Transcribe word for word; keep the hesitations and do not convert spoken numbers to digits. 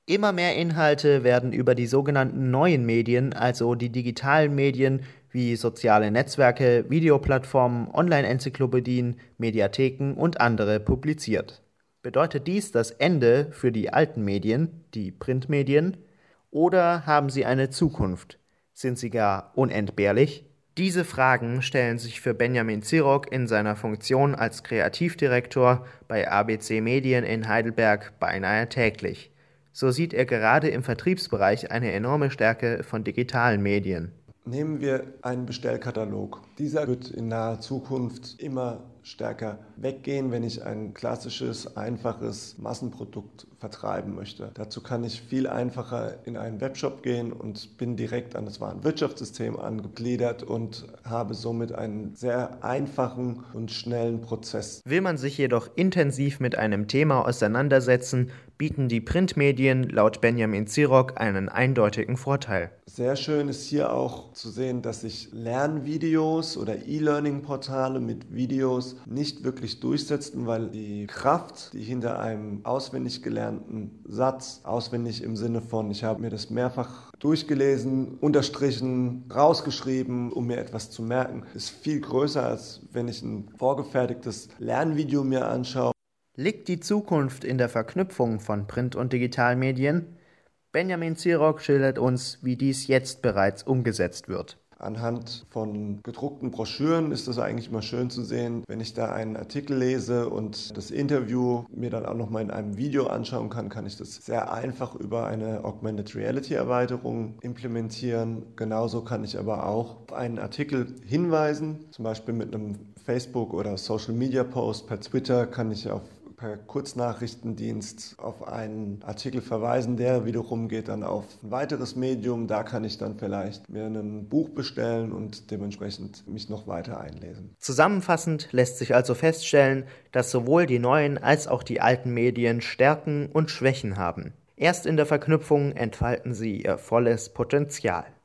Immer mehr Inhalte werden über die sogenannten neuen Medien, also die digitalen Medien wie soziale Netzwerke, Videoplattformen, Online-Enzyklopädien, Mediatheken und andere publiziert. Bedeutet dies das Ende für die alten Medien, die Printmedien? Oder haben sie eine Zukunft? Sind sie gar unentbehrlich? Diese Fragen stellen sich für Benjamin Zirock in seiner Funktion als Kreativdirektor bei A B C Medien in Heidelberg beinahe täglich. So sieht er gerade im Vertriebsbereich eine enorme Stärke von digitalen Medien. Nehmen wir einen Bestellkatalog. Dieser wird in naher Zukunft immer stärker weggehen, wenn ich ein klassisches, einfaches Massenprodukt vertreiben möchte. Dazu kann ich viel einfacher in einen Webshop gehen und bin direkt an das Warenwirtschaftssystem angegliedert und habe somit einen sehr einfachen und schnellen Prozess. Will man sich jedoch intensiv mit einem Thema auseinandersetzen, bieten die Printmedien laut Benjamin Zirock einen eindeutigen Vorteil. Sehr schön ist hier auch zu sehen, dass sich Lernvideos oder E-Learning-Portale mit Videos nicht wirklich durchsetzen, weil die Kraft, die hinter einem auswendig gelernten Satz, auswendig im Sinne von, ich habe mir das mehrfach durchgelesen, unterstrichen, rausgeschrieben, um mir etwas zu merken, ist viel größer, als wenn ich ein vorgefertigtes Lernvideo mir anschaue. Liegt die Zukunft in der Verknüpfung von Print- und Digitalmedien? Benjamin Zirock schildert uns, wie dies jetzt bereits umgesetzt wird. Anhand von gedruckten Broschüren ist es eigentlich immer schön zu sehen, wenn ich da einen Artikel lese und das Interview mir dann auch noch mal in einem Video anschauen kann, kann ich das sehr einfach über eine Augmented Reality Erweiterung implementieren. Genauso kann ich aber auch auf einen Artikel hinweisen, zum Beispiel mit einem Facebook- oder Social-Media-Post per Twitter kann ich auf per Kurznachrichtendienst auf einen Artikel verweisen, der wiederum geht dann auf ein weiteres Medium. Da kann ich dann vielleicht mir ein Buch bestellen und dementsprechend mich noch weiter einlesen. Zusammenfassend lässt sich also feststellen, dass sowohl die neuen als auch die alten Medien Stärken und Schwächen haben. Erst in der Verknüpfung entfalten sie ihr volles Potenzial.